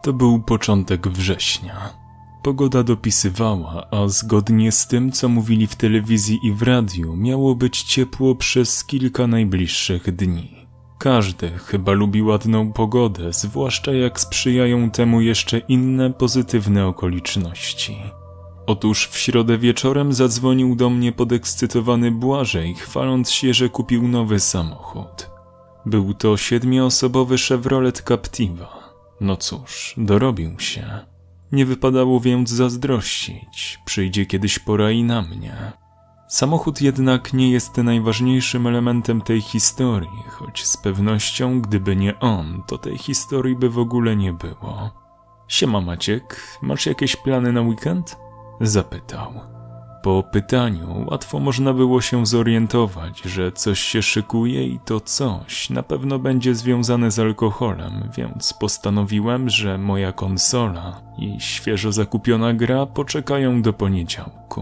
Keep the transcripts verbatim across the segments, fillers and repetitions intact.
To był początek września. Pogoda dopisywała, a zgodnie z tym, co mówili w telewizji i w radiu, miało być ciepło przez kilka najbliższych dni. Każdy chyba lubi ładną pogodę, zwłaszcza jak sprzyjają temu jeszcze inne pozytywne okoliczności. Otóż w środę wieczorem zadzwonił do mnie podekscytowany Błażej, chwaląc się, że kupił nowy samochód. Był to siedmioosobowy Chevrolet Captiva. No cóż, dorobił się. Nie wypadało więc zazdrościć, przyjdzie kiedyś pora i na mnie. Samochód jednak nie jest najważniejszym elementem tej historii, choć z pewnością, gdyby nie on, to tej historii by w ogóle nie było. Siema Maciek, masz jakieś plany na weekend? Zapytał. Po pytaniu łatwo można było się zorientować, że coś się szykuje i to coś na pewno będzie związane z alkoholem, więc postanowiłem, że moja konsola i świeżo zakupiona gra poczekają do poniedziałku.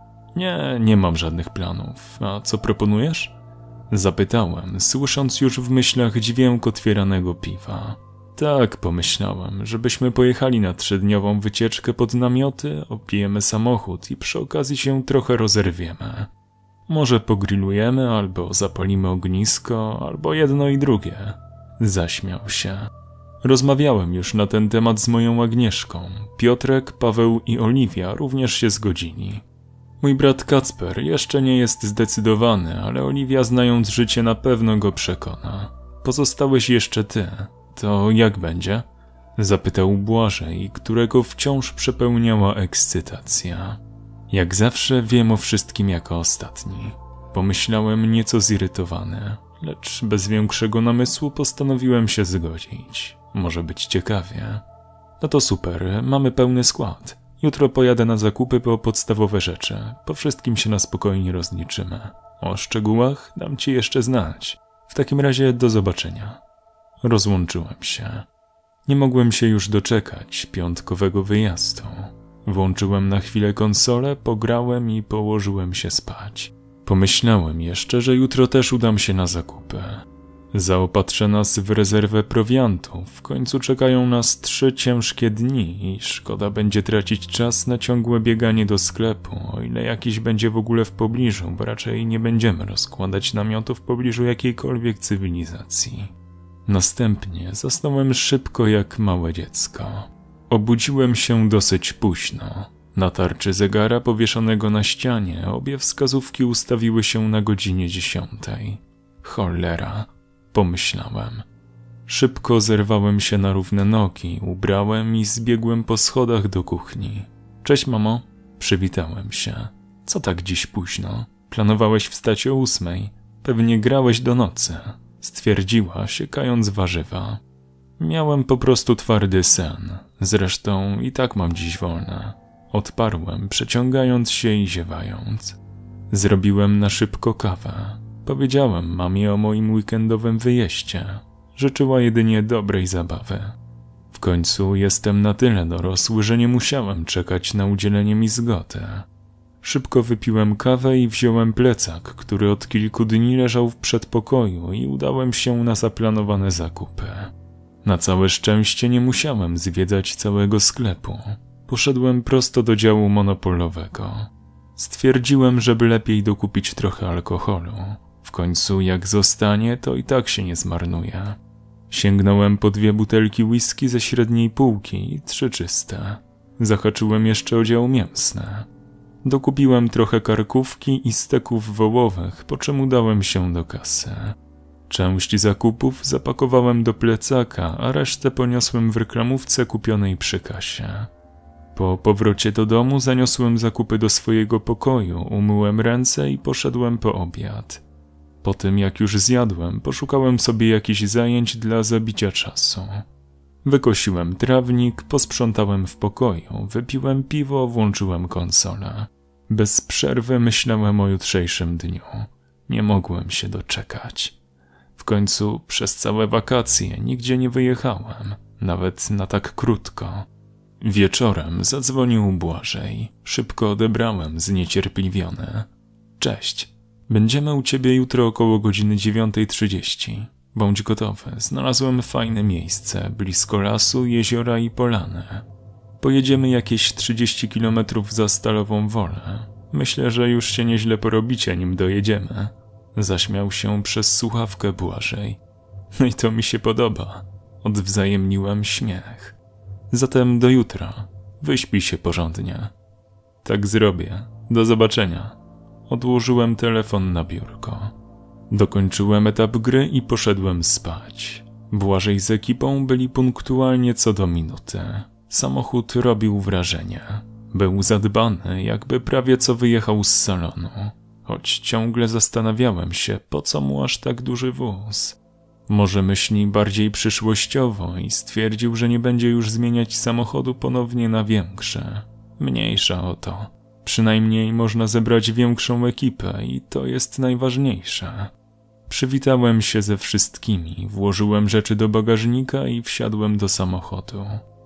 Nie, nie mam żadnych planów. A co proponujesz? Zapytałem, słysząc już w myślach dźwięk otwieranego piwa. Tak, pomyślałem, żebyśmy pojechali na trzydniową wycieczkę pod namioty, opijemy samochód i przy okazji się trochę rozerwiemy. Może pogrillujemy, albo zapalimy ognisko, albo jedno i drugie. Zaśmiał się. Rozmawiałem już na ten temat z moją Agnieszką. Piotrek, Paweł i Oliwia również się zgodzili. Mój brat Kacper jeszcze nie jest zdecydowany, ale Oliwia, znając życie, na pewno go przekona. Pozostałeś jeszcze ty. To jak będzie? Zapytał Błażej, którego wciąż przepełniała ekscytacja. Jak zawsze wiem o wszystkim jako ostatni. Pomyślałem nieco zirytowany, lecz bez większego namysłu postanowiłem się zgodzić. Może być ciekawie. No to super, mamy pełny skład. Jutro pojadę na zakupy po podstawowe rzeczy. Po wszystkim się na spokojnie rozliczymy. O szczegółach dam ci jeszcze znać. W takim razie do zobaczenia. Rozłączyłem się. Nie mogłem się już doczekać piątkowego wyjazdu. Włączyłem na chwilę konsolę, pograłem i położyłem się spać. Pomyślałem jeszcze, że jutro też udam się na zakupy. Zaopatrzę nas w rezerwę prowiantu. W końcu czekają nas trzy ciężkie dni i szkoda będzie tracić czas na ciągłe bieganie do sklepu, o ile jakiś będzie w ogóle w pobliżu, bo raczej nie będziemy rozkładać namiotu w pobliżu jakiejkolwiek cywilizacji. Następnie zasnąłem szybko jak małe dziecko. Obudziłem się dosyć późno. Na tarczy zegara powieszonego na ścianie obie wskazówki ustawiły się na godzinie dziesiątej. Cholera, pomyślałem. Szybko zerwałem się na równe nogi, ubrałem i zbiegłem po schodach do kuchni. Cześć mamo, przywitałem się. Co tak dziś późno? Planowałeś wstać o ósmej. Pewnie grałeś do nocy. Stwierdziła, siekając warzywa. Miałem po prostu twardy sen. Zresztą i tak mam dziś wolne. Odparłem, przeciągając się i ziewając. Zrobiłem na szybko kawę. Powiedziałem mamie o moim weekendowym wyjeździe. Życzyła jedynie dobrej zabawy. W końcu jestem na tyle dorosły, że nie musiałem czekać na udzielenie mi zgody. Szybko wypiłem kawę i wziąłem plecak, który od kilku dni leżał w przedpokoju i udałem się na zaplanowane zakupy. Na całe szczęście nie musiałem zwiedzać całego sklepu. Poszedłem prosto do działu monopolowego. Stwierdziłem, żeby lepiej dokupić trochę alkoholu. W końcu jak zostanie, to i tak się nie zmarnuje. Sięgnąłem po dwie butelki whisky ze średniej półki i trzy czyste. Zahaczyłem jeszcze o dział mięsny. Dokupiłem trochę karkówki i steków wołowych, po czym udałem się do kasy. Część zakupów zapakowałem do plecaka, a resztę poniosłem w reklamówce kupionej przy kasie. Po powrocie do domu zaniosłem zakupy do swojego pokoju, umyłem ręce i poszedłem po obiad. Po tym jak już zjadłem, poszukałem sobie jakichś zajęć dla zabicia czasu. Wykosiłem trawnik, posprzątałem w pokoju, wypiłem piwo, włączyłem konsolę. Bez przerwy myślałem o jutrzejszym dniu. Nie mogłem się doczekać. W końcu przez całe wakacje nigdzie nie wyjechałem, nawet na tak krótko. Wieczorem zadzwonił Błażej. Szybko odebrałem, zniecierpliwiony. Cześć, będziemy u ciebie jutro około godziny dziewiątej trzydzieści. Bądź gotowy, znalazłem fajne miejsce, blisko lasu, jeziora i polany. Pojedziemy jakieś trzydzieści kilometrów za Stalową Wolę. Myślę, że już się nieźle porobicie, nim dojedziemy. Zaśmiał się przez słuchawkę Błażej. No i to mi się podoba. Odwzajemniłem śmiech. Zatem do jutra. Wyśpij się porządnie. Tak zrobię. Do zobaczenia. Odłożyłem telefon na biurko. Dokończyłem etap gry i poszedłem spać. Błażej z ekipą byli punktualnie co do minuty. Samochód robił wrażenie. Był zadbany, jakby prawie co wyjechał z salonu. Choć ciągle zastanawiałem się, po co mu aż tak duży wóz. Może myśli bardziej przyszłościowo i stwierdził, że nie będzie już zmieniać samochodu ponownie na większy. Mniejsza o to. Przynajmniej można zebrać większą ekipę i to jest najważniejsze. Przywitałem się ze wszystkimi, włożyłem rzeczy do bagażnika i wsiadłem do samochodu.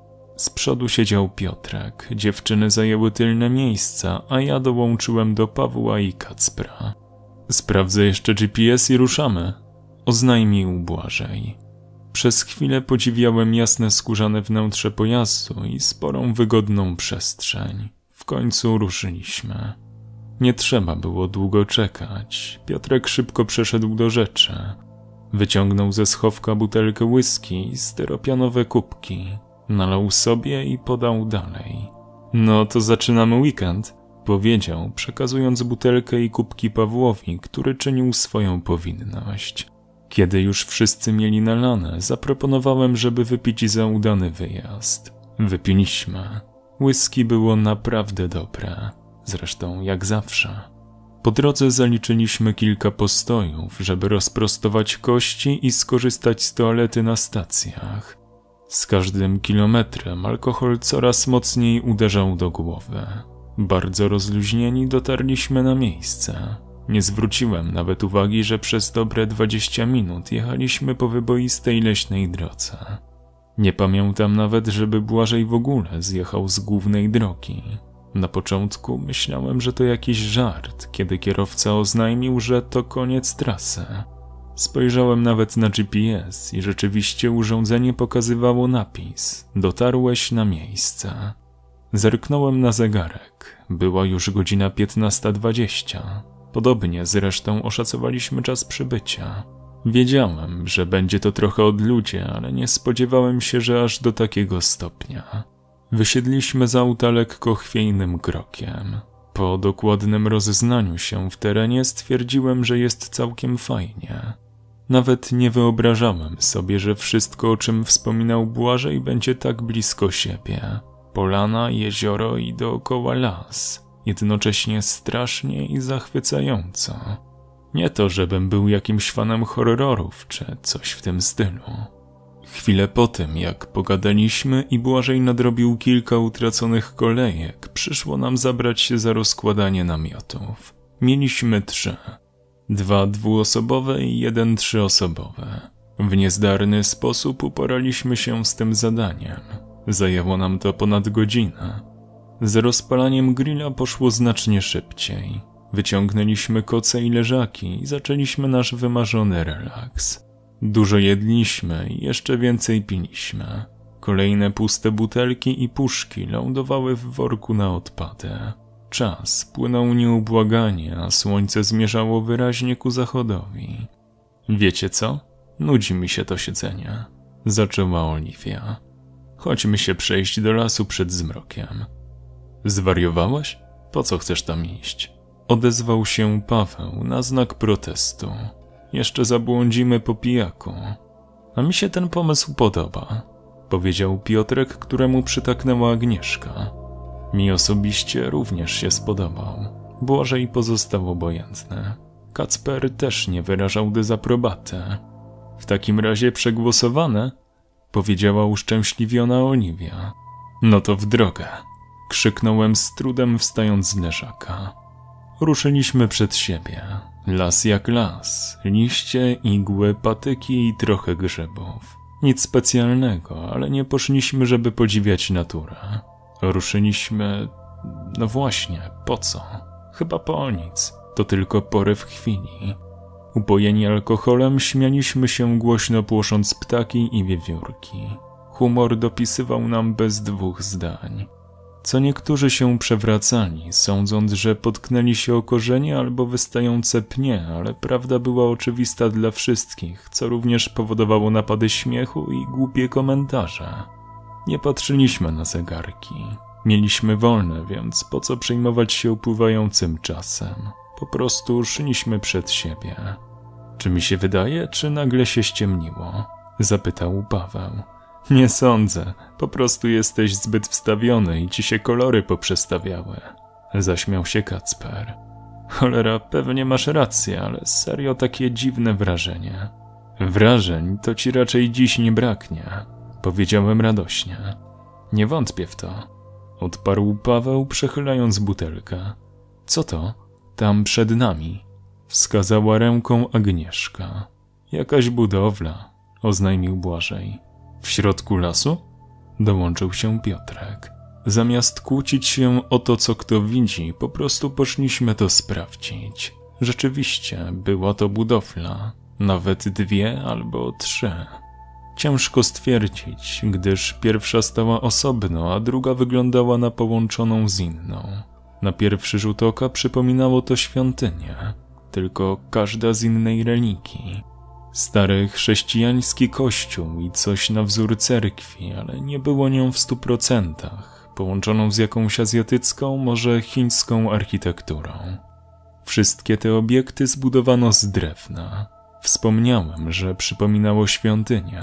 Z przodu siedział Piotrek, dziewczyny zajęły tylne miejsca, a ja dołączyłem do Pawła i Kacpra. Sprawdzę jeszcze G P S i ruszamy, oznajmił Błażej. Przez chwilę podziwiałem jasne skórzane wnętrze pojazdu i sporą wygodną przestrzeń. W końcu ruszyliśmy. Nie trzeba było długo czekać. Piotrek szybko przeszedł do rzeczy. Wyciągnął ze schowka butelkę whisky i styropianowe kubki. Nalał sobie i podał dalej. No to zaczynamy weekend, powiedział, przekazując butelkę i kubki Pawłowi, który czynił swoją powinność. Kiedy już wszyscy mieli nalane, zaproponowałem, żeby wypić za udany wyjazd. Wypiliśmy. Whisky było naprawdę dobre. Zresztą jak zawsze. Po drodze zaliczyliśmy kilka postojów, żeby rozprostować kości i skorzystać z toalety na stacjach. Z każdym kilometrem alkohol coraz mocniej uderzał do głowy. Bardzo rozluźnieni dotarliśmy na miejsce. Nie zwróciłem nawet uwagi, że przez dobre dwadzieścia minut jechaliśmy po wyboistej leśnej drodze. Nie pamiętam nawet, żeby Błażej w ogóle zjechał z głównej drogi. Na początku myślałem, że to jakiś żart, kiedy kierowca oznajmił, że to koniec trasy. Spojrzałem nawet na G P S i rzeczywiście urządzenie pokazywało napis: dotarłeś na miejsce. Zerknąłem na zegarek. Była już godzina piętnasta dwadzieścia. Podobnie zresztą oszacowaliśmy czas przybycia. Wiedziałem, że będzie to trochę odludzie, ale nie spodziewałem się, że aż do takiego stopnia. Wysiedliśmy z auta lekko chwiejnym krokiem. Po dokładnym rozeznaniu się w terenie stwierdziłem, że jest całkiem fajnie. Nawet nie wyobrażałem sobie, że wszystko, o czym wspominał Błażej, będzie tak blisko siebie. Polana, jezioro i dookoła las. Jednocześnie strasznie i zachwycająco. Nie to, żebym był jakimś fanem horrorów czy coś w tym stylu. Chwilę po tym, jak pogadaliśmy i Błażej nadrobił kilka utraconych kolejek, przyszło nam zabrać się za rozkładanie namiotów. Mieliśmy trzy. Dwa dwuosobowe i jeden trzyosobowe. W niezdarny sposób uporaliśmy się z tym zadaniem. Zajęło nam to ponad godzinę. Z rozpalaniem grilla poszło znacznie szybciej. Wyciągnęliśmy koce i leżaki i zaczęliśmy nasz wymarzony relaks. Dużo jedliśmy i jeszcze więcej piliśmy. Kolejne puste butelki i puszki lądowały w worku na odpady. Czas płynął nieubłaganie, a słońce zmierzało wyraźnie ku zachodowi. Wiecie co? Nudzi mi się to siedzenie. Zaczęła Oliwia. Chodźmy się przejść do lasu przed zmrokiem. Zwariowałeś? Po co chcesz tam iść? Odezwał się Paweł na znak protestu. Jeszcze zabłądzimy po pijaku. A mi się ten pomysł podoba, powiedział Piotrek, któremu przytaknęła Agnieszka. Mi osobiście również się spodobał. Błażej pozostał obojętny. Kacper też nie wyrażał dezaprobaty. W takim razie przegłosowane, powiedziała uszczęśliwiona Oliwia. No to w drogę, krzyknąłem z trudem wstając z leżaka. Ruszyliśmy przed siebie. Las jak las, liście, igły, patyki i trochę grzybów. Nic specjalnego, ale nie poszliśmy, żeby podziwiać naturę. Ruszyliśmy... no właśnie, po co? Chyba po nic. To tylko poryw chwili. Upojeni alkoholem śmialiśmy się głośno, płosząc ptaki i wiewiórki. Humor dopisywał nam bez dwóch zdań. Co niektórzy się przewracali, sądząc, że potknęli się o korzenie albo wystające pnie, ale prawda była oczywista dla wszystkich, co również powodowało napady śmiechu i głupie komentarze. Nie patrzyliśmy na zegarki. Mieliśmy wolne, więc po co przejmować się upływającym czasem? Po prostu szliśmy przed siebie. Czy mi się wydaje, czy nagle się ściemniło? Zapytał Paweł. Nie sądzę, po prostu jesteś zbyt wstawiony i ci się kolory poprzestawiały. Zaśmiał się Kacper. Cholera, pewnie masz rację, ale serio takie dziwne wrażenie. Wrażeń to ci raczej dziś nie braknie, powiedziałem radośnie. Nie wątpię w to, odparł Paweł, przechylając butelkę. Co to? Tam przed nami, wskazała ręką Agnieszka. Jakaś budowla, oznajmił Błażej. W środku lasu? Dołączył się Piotrek. Zamiast kłócić się o to, co kto widzi, po prostu poszliśmy to sprawdzić. Rzeczywiście, była to budowla. Nawet dwie albo trzy. Ciężko stwierdzić, gdyż pierwsza stała osobno, a druga wyglądała na połączoną z inną. Na pierwszy rzut oka przypominało to świątynię, tylko każda z innej religii. Stary chrześcijański kościół i coś na wzór cerkwi, ale nie było nią w stu procentach, połączoną z jakąś azjatycką, może chińską architekturą. Wszystkie te obiekty zbudowano z drewna. Wspomniałem, że przypominało świątynię.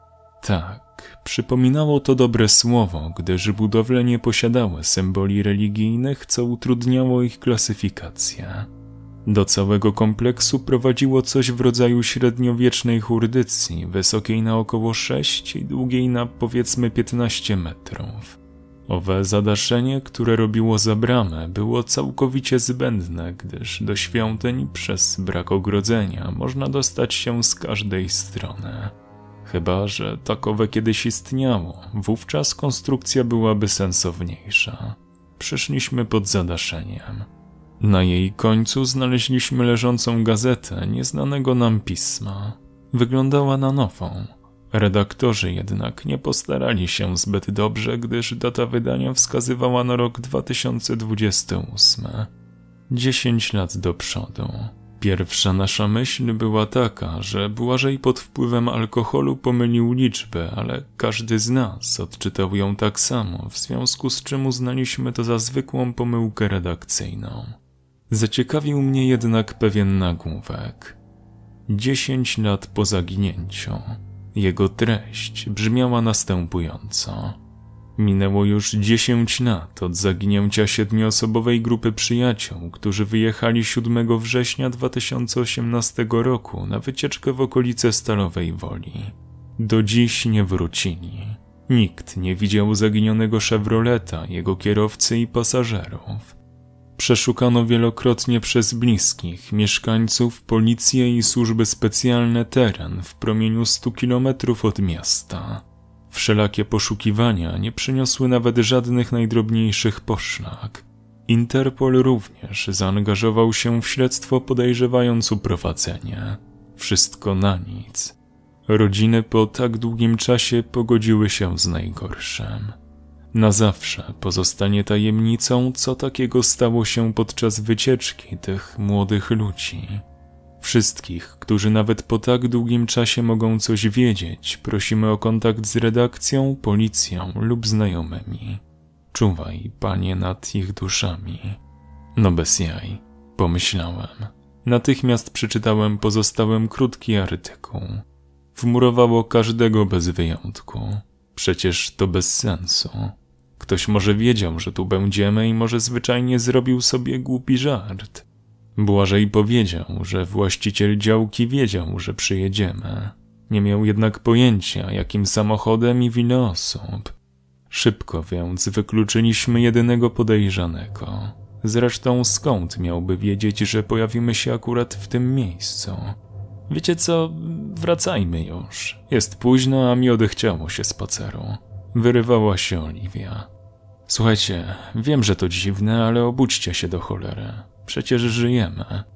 Tak, przypominało to dobre słowo, gdyż budowle nie posiadały symboli religijnych, co utrudniało ich klasyfikację. Do całego kompleksu prowadziło coś w rodzaju średniowiecznej hurdycji, wysokiej na około sześć i długiej na powiedzmy piętnaście metrów. Owe zadaszenie, które robiło za bramę, było całkowicie zbędne, gdyż do świątyń przez brak ogrodzenia można dostać się z każdej strony. Chyba że takowe kiedyś istniało, wówczas konstrukcja byłaby sensowniejsza. Przyszliśmy pod zadaszeniem. Na jej końcu znaleźliśmy leżącą gazetę nieznanego nam pisma. Wyglądała na nową. Redaktorzy jednak nie postarali się zbyt dobrze, gdyż data wydania wskazywała na rok dwa tysiące dwudziesty ósmy. Dziesięć lat do przodu. Pierwsza nasza myśl była taka, że Błażej pod wpływem alkoholu pomylił liczby, ale każdy z nas odczytał ją tak samo, w związku z czym uznaliśmy to za zwykłą pomyłkę redakcyjną. Zaciekawił mnie jednak pewien nagłówek. Dziesięć lat po zaginięciu. Jego treść brzmiała następująco. Minęło już dziesięć lat od zaginięcia siedmioosobowej grupy przyjaciół, którzy wyjechali siódmego września dwa tysiące osiemnastego roku na wycieczkę w okolice Stalowej Woli. Do dziś nie wrócili. Nikt nie widział zaginionego Chevroleta, jego kierowcy i pasażerów. Przeszukano wielokrotnie przez bliskich, mieszkańców, policję i służby specjalne teren w promieniu stu kilometrów od miasta. Wszelakie poszukiwania nie przyniosły nawet żadnych najdrobniejszych poszlak. Interpol również zaangażował się w śledztwo, podejrzewając uprowadzenie. Wszystko na nic. Rodziny po tak długim czasie pogodziły się z najgorszym. Na zawsze pozostanie tajemnicą, co takiego stało się podczas wycieczki tych młodych ludzi. Wszystkich, którzy nawet po tak długim czasie mogą coś wiedzieć, prosimy o kontakt z redakcją, policją lub znajomymi. Czuwaj, Panie, nad ich duszami. No bez jaj, pomyślałem. Natychmiast przeczytałem pozostałym krótki artykuł. Wmurowało każdego bez wyjątku. Przecież to bez sensu. Ktoś może wiedział, że tu będziemy i może zwyczajnie zrobił sobie głupi żart. Błażej powiedział, że właściciel działki wiedział, że przyjedziemy. Nie miał jednak pojęcia, jakim samochodem i w ile osób. Szybko więc wykluczyliśmy jedynego podejrzanego. Zresztą skąd miałby wiedzieć, że pojawimy się akurat w tym miejscu? Wiecie co, wracajmy już. Jest późno, a mi odechciało się spaceru. Wyrywała się Oliwia. Słuchajcie, wiem, że to dziwne, ale obudźcie się do cholery. Przecież żyjemy.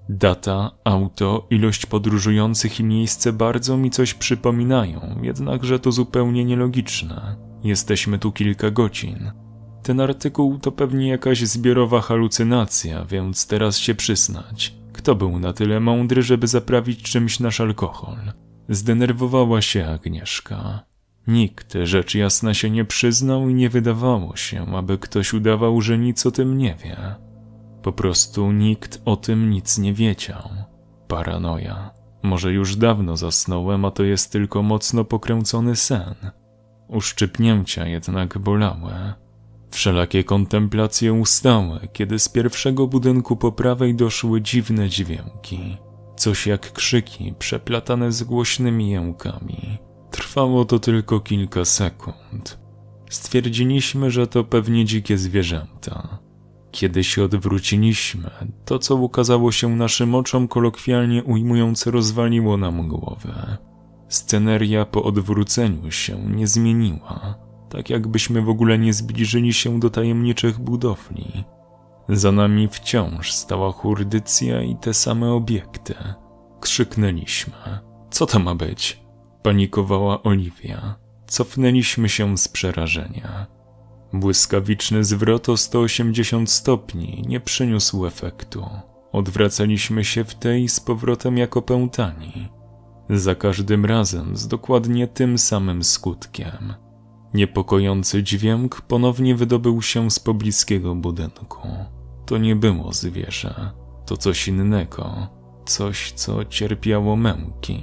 Data, auto, ilość podróżujących i miejsce bardzo mi coś przypominają, jednakże to zupełnie nielogiczne. Jesteśmy tu kilka godzin. Ten artykuł to pewnie jakaś zbiorowa halucynacja, więc teraz się przyznać. Kto był na tyle mądry, żeby zaprawić czymś nasz alkohol? Zdenerwowała się Agnieszka. Nikt, rzecz jasna, się nie przyznał i nie wydawało się, aby ktoś udawał, że nic o tym nie wie. Po prostu nikt o tym nic nie wiedział. Paranoja. Może już dawno zasnąłem, a to jest tylko mocno pokręcony sen. Uszczypnięcia jednak bolały. Wszelakie kontemplacje ustały, kiedy z pierwszego budynku po prawej doszły dziwne dźwięki. Coś jak krzyki przeplatane z głośnymi jękami. Trwało to tylko kilka sekund. Stwierdziliśmy, że to pewnie dzikie zwierzęta. Kiedy się odwróciliśmy, to co ukazało się naszym oczom, kolokwialnie ujmując, rozwaliło nam głowę. Sceneria po odwróceniu się nie zmieniła, tak jakbyśmy w ogóle nie zbliżyli się do tajemniczych budowli. Za nami wciąż stała Hurdycja i te same obiekty. Krzyknęliśmy. Co to ma być? Panikowała Oliwia. Cofnęliśmy się z przerażenia. Błyskawiczny zwrot o sto osiemdziesiąt stopni nie przyniósł efektu. Odwracaliśmy się w tej z powrotem jak opętani. Za każdym razem z dokładnie tym samym skutkiem. Niepokojący dźwięk ponownie wydobył się z pobliskiego budynku. To nie było zwierzę. To coś innego. Coś, co cierpiało męki.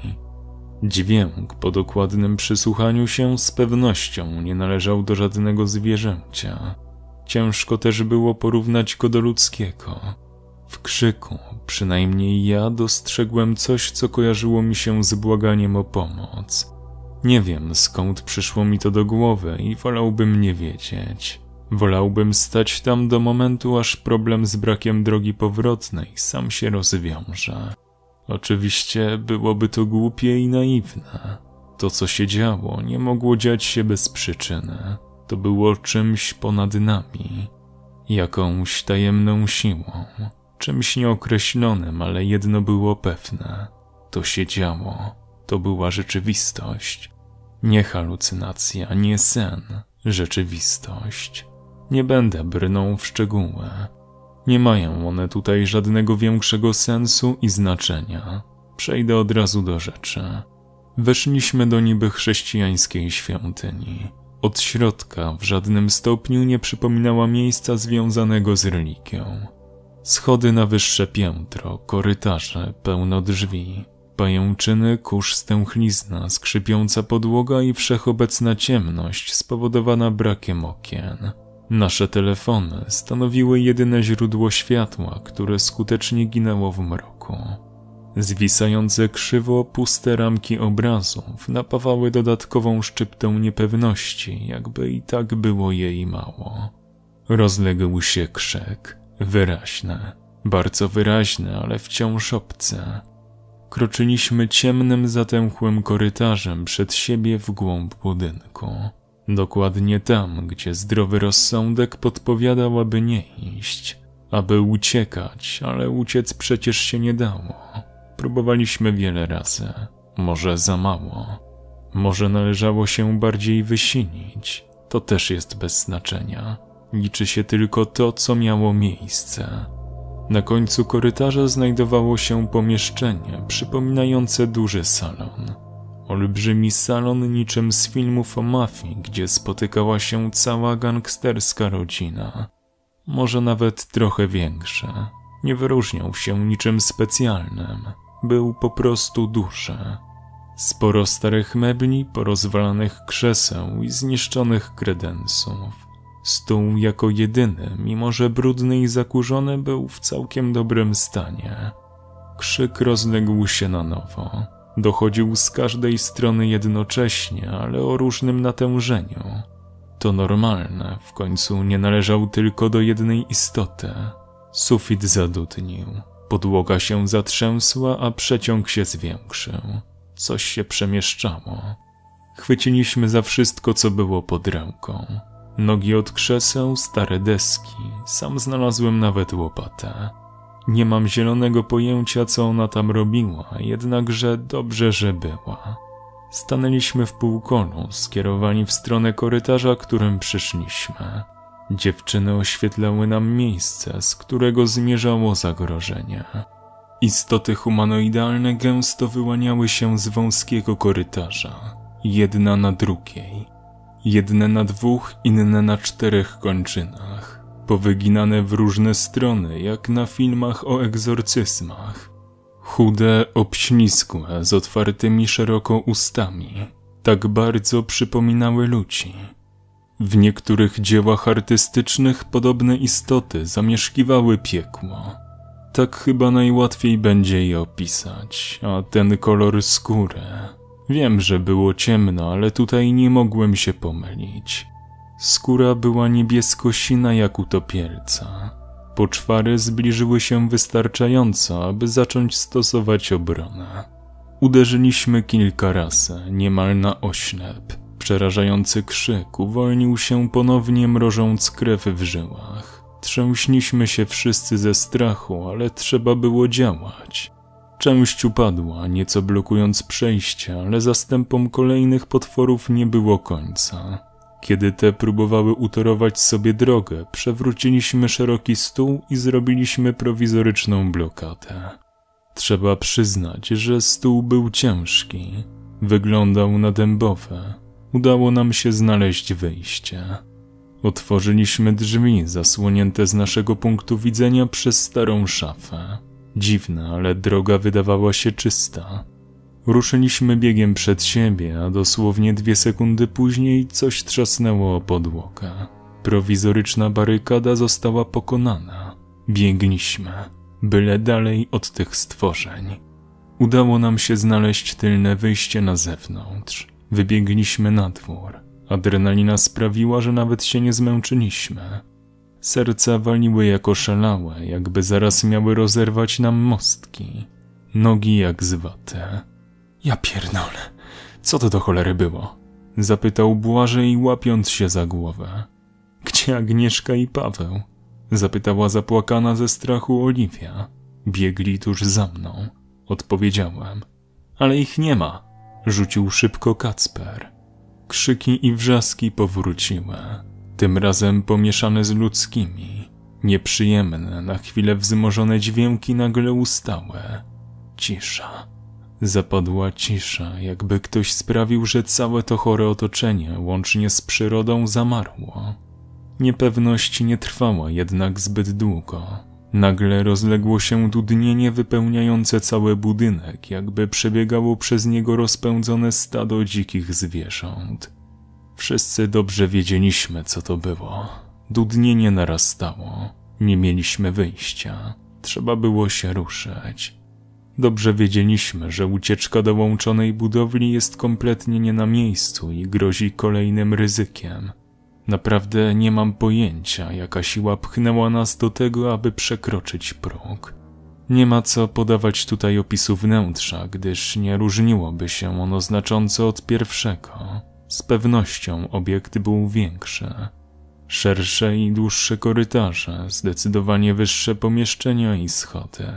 Dźwięk po dokładnym przysłuchaniu się z pewnością nie należał do żadnego zwierzęcia. Ciężko też było porównać go do ludzkiego. W krzyku, przynajmniej ja, dostrzegłem coś, co kojarzyło mi się z błaganiem o pomoc. Nie wiem, skąd przyszło mi to do głowy i wolałbym nie wiedzieć. Wolałbym stać tam do momentu, aż problem z brakiem drogi powrotnej sam się rozwiąże. Oczywiście byłoby to głupie i naiwne. To, co się działo, nie mogło dziać się bez przyczyny. To było czymś ponad nami. Jakąś tajemną siłą. Czymś nieokreślonym, ale jedno było pewne. To się działo. To była rzeczywistość. Nie halucynacja, nie sen. Rzeczywistość. Nie będę brnął w szczegóły. Nie mają one tutaj żadnego większego sensu i znaczenia. Przejdę od razu do rzeczy. Weszliśmy do niby chrześcijańskiej świątyni. Od środka w żadnym stopniu nie przypominała miejsca związanego z religią. Schody na wyższe piętro, korytarze, pełno drzwi, pajęczyny, kurz, stęchlizna, skrzypiąca podłoga i wszechobecna ciemność spowodowana brakiem okien. Nasze telefony stanowiły jedyne źródło światła, które skutecznie ginęło w mroku. Zwisające krzywo puste ramki obrazów napawały dodatkową szczyptą niepewności, jakby i tak było jej mało. Rozległ się krzyk, wyraźny, bardzo wyraźny, ale wciąż obcy. Kroczyliśmy ciemnym, zatęchłym korytarzem przed siebie w głąb budynku. Dokładnie tam, gdzie zdrowy rozsądek podpowiadał, aby nie iść, aby uciekać, ale uciec przecież się nie dało. Próbowaliśmy wiele razy, może za mało. Może należało się bardziej wysilić, to też jest bez znaczenia. Liczy się tylko to, co miało miejsce. Na końcu korytarza znajdowało się pomieszczenie przypominające duży salon. Olbrzymi salon niczym z filmów o mafii, gdzie spotykała się cała gangsterska rodzina. Może nawet trochę większy. Nie wyróżniał się niczym specjalnym. Był po prostu duży. Sporo starych mebli, porozwalanych krzeseł i zniszczonych kredensów. Stół jako jedyny, mimo że brudny i zakurzony, był w całkiem dobrym stanie. Krzyk rozległ się na nowo. Dochodził z każdej strony jednocześnie, ale o różnym natężeniu. To normalne, w końcu nie należał tylko do jednej istoty. Sufit zadudnił, podłoga się zatrzęsła, a przeciąg się zwiększył. Coś się przemieszczało. Chwyciliśmy za wszystko, co było pod ręką. Nogi od krzeseł, stare deski, sam znalazłem nawet łopatę. Nie mam zielonego pojęcia, co ona tam robiła, jednakże dobrze, że była. Stanęliśmy w półkolu, skierowani w stronę korytarza, którym przyszliśmy. Dziewczyny oświetlały nam miejsce, z którego zmierzało zagrożenie. Istoty humanoidalne gęsto wyłaniały się z wąskiego korytarza, jedna na drugiej. Jedne na dwóch, inne na czterech kończynach, powyginane w różne strony, jak na filmach o egzorcyzmach. Chude, obśliskłe, z otwartymi szeroko ustami, tak bardzo przypominały ludzi. W niektórych dziełach artystycznych podobne istoty zamieszkiwały piekło. Tak chyba najłatwiej będzie je opisać, a ten kolor skóry. Wiem, że było ciemno, ale tutaj nie mogłem się pomylić. Skóra była niebiesko-sina jak u topielca. Poczwary zbliżyły się wystarczająco, aby zacząć stosować obronę. Uderzyliśmy kilka razy, niemal na oślep. Przerażający krzyk uwolnił się ponownie, mrożąc krew w żyłach. Trzęśliśmy się wszyscy ze strachu, ale trzeba było działać. Część upadła, nieco blokując przejście, ale zastępom kolejnych potworów nie było końca. Kiedy te próbowały utorować sobie drogę, przewróciliśmy szeroki stół i zrobiliśmy prowizoryczną blokadę. Trzeba przyznać, że stół był ciężki. Wyglądał na dębowe. Udało nam się znaleźć wyjście. Otworzyliśmy drzwi zasłonięte z naszego punktu widzenia przez starą szafę. Dziwne, ale droga wydawała się czysta. Ruszyliśmy biegiem przed siebie, a dosłownie dwie sekundy później coś trzasnęło o podłogę. Prowizoryczna barykada została pokonana. Biegliśmy, byle dalej od tych stworzeń. Udało nam się znaleźć tylne wyjście na zewnątrz. Wybiegliśmy na dwór. Adrenalina sprawiła, że nawet się nie zmęczyliśmy. Serca waliły jak oszalałe, jakby zaraz miały rozerwać nam mostki. Nogi jak z waty. Ja pierdolę, co to do cholery było? Zapytał Błażej, łapiąc się za głowę. Gdzie Agnieszka i Paweł? Zapytała zapłakana ze strachu Oliwia. Biegli tuż za mną. Odpowiedziałem. Ale ich nie ma, rzucił szybko Kacper. Krzyki i wrzaski powróciły. Tym razem pomieszane z ludzkimi. Nieprzyjemne, na chwilę wzmożone dźwięki nagle ustały. Cisza. Zapadła cisza, jakby ktoś sprawił, że całe to chore otoczenie, łącznie z przyrodą, zamarło. Niepewność nie trwała jednak zbyt długo. Nagle rozległo się dudnienie wypełniające cały budynek, jakby przebiegało przez niego rozpędzone stado dzikich zwierząt. Wszyscy dobrze wiedzieliśmy, co to było. Dudnienie narastało. Nie mieliśmy wyjścia. Trzeba było się ruszyć. Dobrze wiedzieliśmy, że ucieczka do łączonej budowli jest kompletnie nie na miejscu i grozi kolejnym ryzykiem. Naprawdę nie mam pojęcia, jaka siła pchnęła nas do tego, aby przekroczyć próg. Nie ma co podawać tutaj opisu wnętrza, gdyż nie różniłoby się ono znacząco od pierwszego. Z pewnością obiekt był większy. Szersze i dłuższe korytarze, zdecydowanie wyższe pomieszczenia i schody.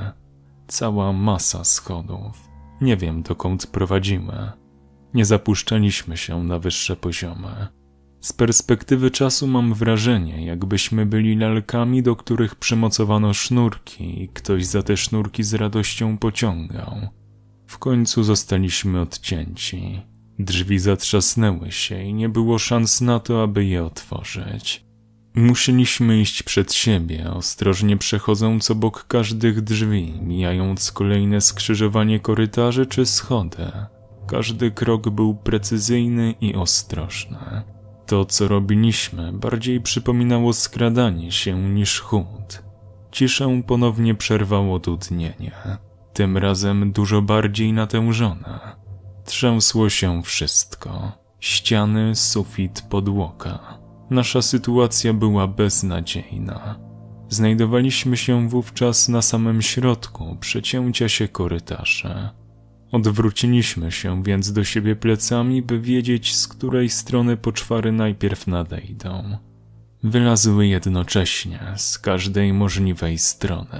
Cała masa schodów. Nie wiem, dokąd prowadziły. Nie zapuszczaliśmy się na wyższe poziomy. Z perspektywy czasu mam wrażenie, jakbyśmy byli lalkami, do których przymocowano sznurki i ktoś za te sznurki z radością pociągał. W końcu zostaliśmy odcięci. Drzwi zatrzasnęły się i nie było szans na to, aby je otworzyć. Musieliśmy iść przed siebie, ostrożnie przechodząc obok każdych drzwi, mijając kolejne skrzyżowanie korytarzy czy schody. Każdy krok był precyzyjny i ostrożny. To, co robiliśmy, bardziej przypominało skradanie się niż chód. Ciszę ponownie przerwało dudnienie. Tym razem dużo bardziej natężone. Trzęsło się wszystko. Ściany, sufit, podłoga. Nasza sytuacja była beznadziejna. Znajdowaliśmy się wówczas na samym środku przecięcia się korytarzy. Odwróciliśmy się więc do siebie plecami, by wiedzieć, z której strony poczwary najpierw nadejdą. Wylazły jednocześnie, z każdej możliwej strony.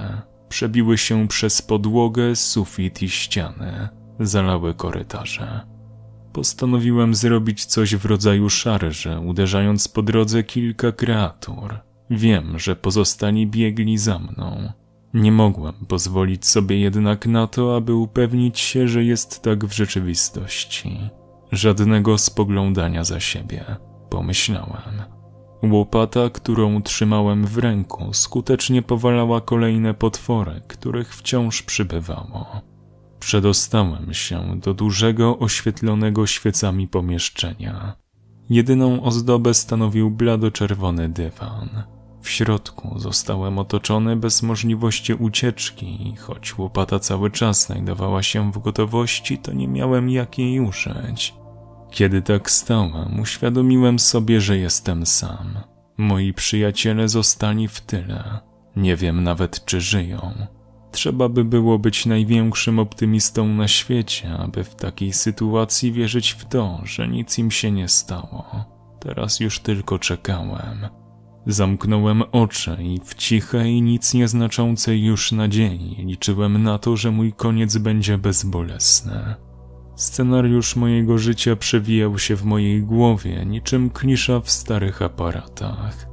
przebiły się przez podłogę, sufit i ściany, zalały korytarze. Postanowiłem zrobić coś w rodzaju szarży, uderzając po drodze kilka kreatur. Wiem, że pozostali biegli za mną. Nie mogłem pozwolić sobie jednak na to, aby upewnić się, że jest tak w rzeczywistości. Żadnego spoglądania za siebie, pomyślałem. Łopata, którą trzymałem w ręku, skutecznie powalała kolejne potwory, których wciąż przybywało. Przedostałem się do dużego, oświetlonego świecami pomieszczenia. Jedyną ozdobę stanowił bladoczerwony dywan. W środku zostałem otoczony bez możliwości ucieczki i choć łopata cały czas znajdowała się w gotowości, to nie miałem jak jej użyć. Kiedy tak stałem, uświadomiłem sobie, że jestem sam. Moi przyjaciele zostali w tyle. Nie wiem nawet, czy żyją. Trzeba by było być największym optymistą na świecie, aby w takiej sytuacji wierzyć w to, że nic im się nie stało. Teraz już tylko czekałem. Zamknąłem oczy i w cichej, nic nieznaczącej już nadziei liczyłem na to, że mój koniec będzie bezbolesny. Scenariusz mojego życia przewijał się w mojej głowie niczym klisza w starych aparatach.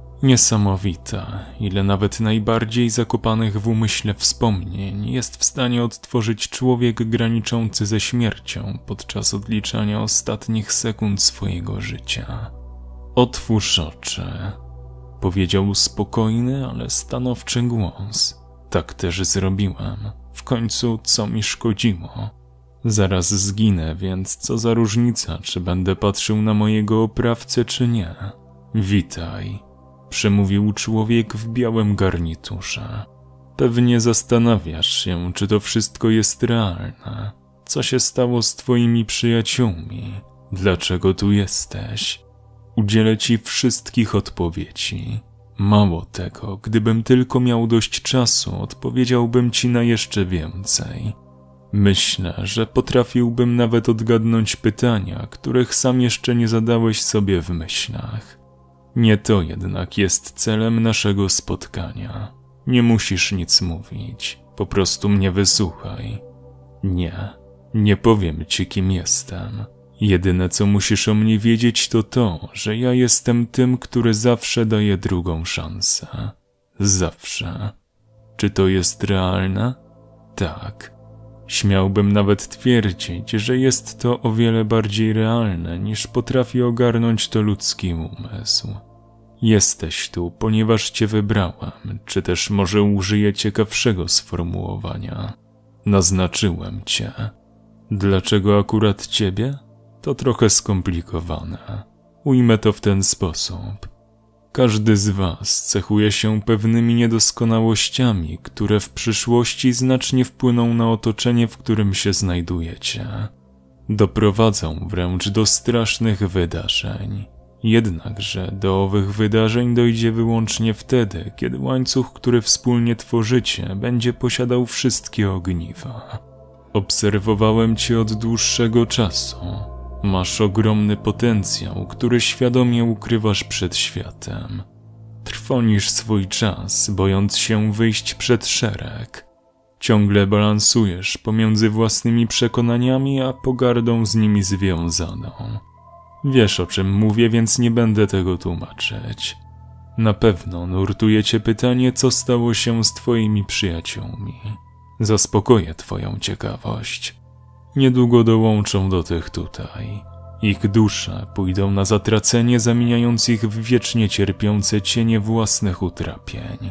Niesamowite, ile nawet najbardziej zakopanych w umyśle wspomnień jest w stanie odtworzyć człowiek graniczący ze śmiercią podczas odliczania ostatnich sekund swojego życia. Otwórz oczy, powiedział spokojny, ale stanowczy głos. Tak też zrobiłem. W końcu co mi szkodziło? Zaraz zginę, więc co za różnica, czy będę patrzył na mojego oprawcę, czy nie. Witaj, przemówił człowiek w białym garniturze. Pewnie zastanawiasz się, czy to wszystko jest realne. Co się stało z twoimi przyjaciółmi? Dlaczego tu jesteś? Udzielę ci wszystkich odpowiedzi. Mało tego, gdybym tylko miał dość czasu, odpowiedziałbym ci na jeszcze więcej. Myślę, że potrafiłbym nawet odgadnąć pytania, których sam jeszcze nie zadałeś sobie w myślach. Nie to jednak jest celem naszego spotkania. Nie musisz nic mówić, po prostu mnie wysłuchaj. Nie, nie powiem ci, kim jestem. Jedyne, co musisz o mnie wiedzieć, to to, że ja jestem tym, który zawsze daje drugą szansę. Zawsze. Czy to jest realne? Tak. Śmiałbym nawet twierdzić, że jest to o wiele bardziej realne, niż potrafi ogarnąć to ludzki umysł. Jesteś tu, ponieważ cię wybrałem, czy też może użyję ciekawszego sformułowania. Naznaczyłem cię. Dlaczego akurat ciebie? To trochę skomplikowane. Ujmę to w ten sposób. Każdy z was cechuje się pewnymi niedoskonałościami, które w przyszłości znacznie wpłyną na otoczenie, w którym się znajdujecie. Doprowadzą wręcz do strasznych wydarzeń. Jednakże do owych wydarzeń dojdzie wyłącznie wtedy, kiedy łańcuch, który wspólnie tworzycie, będzie posiadał wszystkie ogniwa. Obserwowałem cię od dłuższego czasu. Masz ogromny potencjał, który świadomie ukrywasz przed światem. Trwonisz swój czas, bojąc się wyjść przed szereg. Ciągle balansujesz pomiędzy własnymi przekonaniami, a pogardą z nimi związaną. Wiesz, o czym mówię, więc nie będę tego tłumaczyć. Na pewno nurtuje cię pytanie, co stało się z twoimi przyjaciółmi. Zaspokoję twoją ciekawość. Niedługo dołączą do tych tutaj. Ich dusze pójdą na zatracenie, zamieniając ich w wiecznie cierpiące cienie własnych utrapień.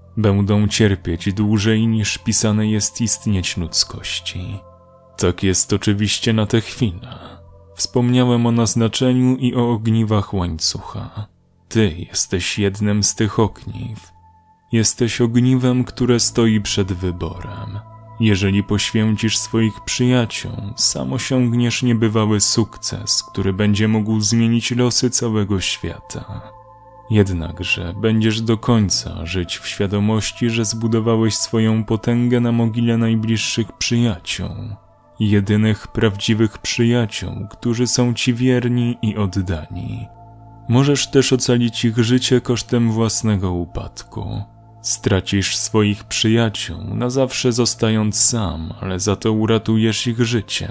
Będą cierpieć dłużej niż pisane jest istnieć ludzkości. Tak jest oczywiście na tę chwilę. Wspomniałem o naznaczeniu i o ogniwach łańcucha. Ty jesteś jednym z tych ogniw. Jesteś ogniwem, które stoi przed wyborem. Jeżeli poświęcisz swoich przyjaciół, sam osiągniesz niebywały sukces, który będzie mógł zmienić losy całego świata. Jednakże będziesz do końca żyć w świadomości, że zbudowałeś swoją potęgę na mogile najbliższych przyjaciół. Jedynych prawdziwych przyjaciół, którzy są ci wierni i oddani. Możesz też ocalić ich życie kosztem własnego upadku. Stracisz swoich przyjaciół, na zawsze zostając sam, ale za to uratujesz ich życie.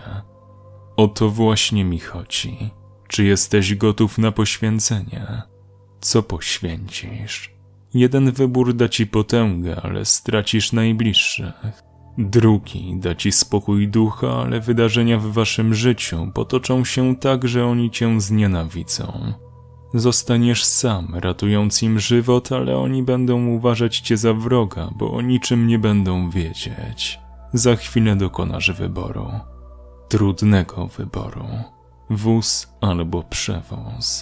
O to właśnie mi chodzi. Czy jesteś gotów na poświęcenie? Co poświęcisz? Jeden wybór da ci potęgę, ale stracisz najbliższych. Drugi da ci spokój ducha, ale wydarzenia w waszym życiu potoczą się tak, że oni cię znienawidzą. Zostaniesz sam, ratując im żywot, ale oni będą uważać cię za wroga, bo o niczym nie będą wiedzieć. Za chwilę dokonasz wyboru. Trudnego wyboru. Wóz albo przewóz.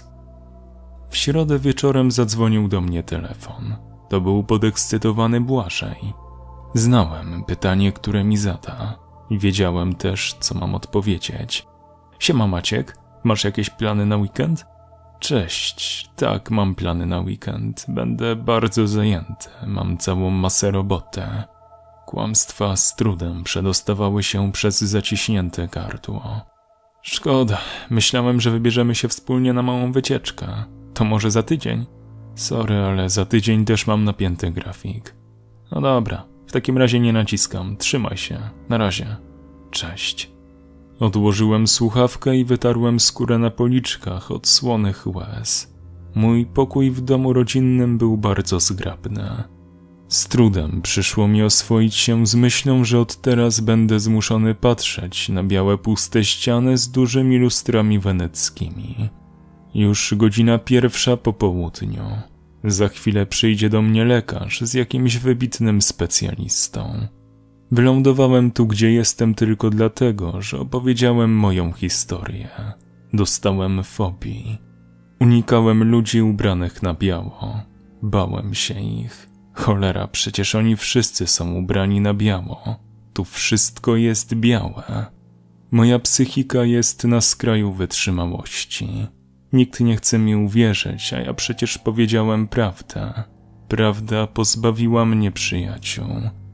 W środę wieczorem zadzwonił do mnie telefon. To był podekscytowany Błażej. Znałem pytanie, które mi zada. Wiedziałem też, co mam odpowiedzieć. Siema Maciek, masz jakieś plany na weekend? Cześć, tak, mam plany na weekend. Będę bardzo zajęty, mam całą masę roboty. Kłamstwa z trudem przedostawały się przez zaciśnięte gardło. Szkoda, myślałem, że wybierzemy się wspólnie na małą wycieczkę. To może za tydzień? Sorry, ale za tydzień też mam napięty grafik. No dobra, w takim razie nie naciskam, trzymaj się, na razie. Cześć. Odłożyłem słuchawkę i wytarłem skórę na policzkach od słonych łez. Mój pokój w domu rodzinnym był bardzo zgrabny. Z trudem przyszło mi oswoić się z myślą, że od teraz będę zmuszony patrzeć na białe puste ściany z dużymi lustrami weneckimi. Już godzina pierwsza po południu. Za chwilę przyjdzie do mnie lekarz z jakimś wybitnym specjalistą. Wylądowałem tu, gdzie jestem, tylko dlatego, że opowiedziałem moją historię. Dostałem fobii. Unikałem ludzi ubranych na biało. Bałem się ich. Cholera, przecież oni wszyscy są ubrani na biało. Tu wszystko jest białe. Moja psychika jest na skraju wytrzymałości. Nikt nie chce mi uwierzyć, a ja przecież powiedziałem prawdę. Prawda pozbawiła mnie przyjaciół.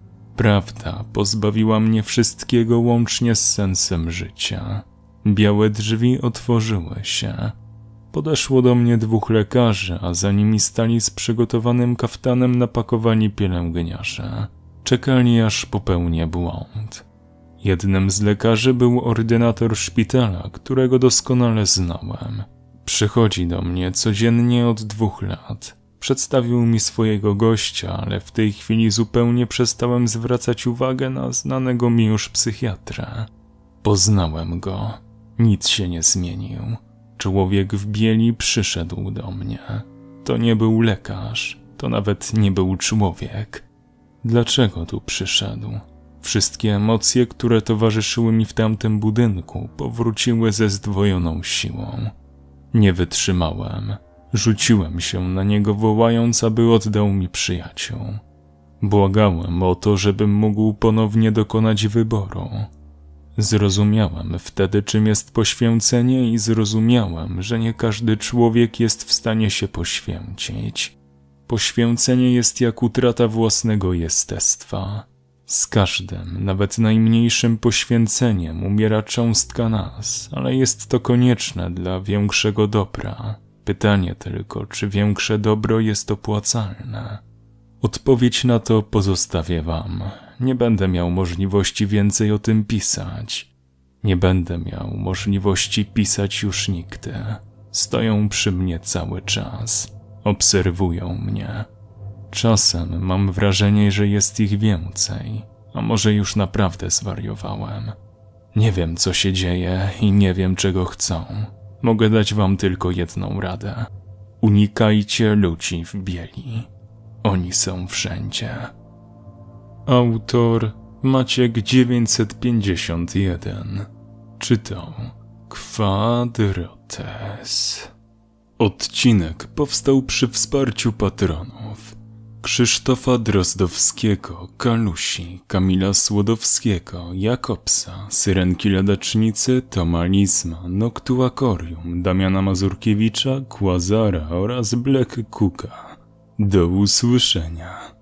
Prawda pozbawiła mnie wszystkiego łącznie z sensem życia. Białe drzwi otworzyły się. Podeszło do mnie dwóch lekarzy, a za nimi stali z przygotowanym kaftanem napakowani pielęgniarze. Czekali, aż popełnię błąd. Jednym z lekarzy był ordynator szpitala, którego doskonale znałem. Przychodzi do mnie codziennie od dwóch lat. Przedstawił mi swojego gościa, ale w tej chwili zupełnie przestałem zwracać uwagę na znanego mi już psychiatrę. Poznałem go. Nic się nie zmienił. Człowiek w bieli przyszedł do mnie. To nie był lekarz, to nawet nie był człowiek. Dlaczego tu przyszedł? Wszystkie emocje, które towarzyszyły mi w tamtym budynku, powróciły ze zdwojoną siłą. Nie wytrzymałem. Rzuciłem się na niego, wołając, aby oddał mi przyjaciół. Błagałem o to, żebym mógł ponownie dokonać wyboru. Zrozumiałem wtedy, czym jest poświęcenie i zrozumiałem, że nie każdy człowiek jest w stanie się poświęcić. Poświęcenie jest jak utrata własnego jestestwa. Z każdym, nawet najmniejszym poświęceniem umiera cząstka nas, ale jest to konieczne dla większego dobra. Pytanie tylko, czy większe dobro jest opłacalne? Odpowiedź na to pozostawię wam. Nie będę miał możliwości więcej o tym pisać. Nie będę miał możliwości pisać już nigdy. Stoją przy mnie cały czas. Obserwują mnie. Czasem mam wrażenie, że jest ich więcej, a może już naprawdę zwariowałem. Nie wiem, co się dzieje i nie wiem, czego chcą. Mogę dać wam tylko jedną radę. Unikajcie ludzi w bieli. Oni są wszędzie. Autor Maciek dziewięćset pięćdziesiąt jeden. Czytał Quadrotes. Odcinek powstał przy wsparciu patronów Krzysztofa Drozdowskiego, Kalusi, Kamila Słodowskiego, Jakobsa, Syrenki Ladacznicy, Toma Lizma, Noctuatorium, Damiana Mazurkiewicza, Kłazara oraz Black Cooka. Do usłyszenia.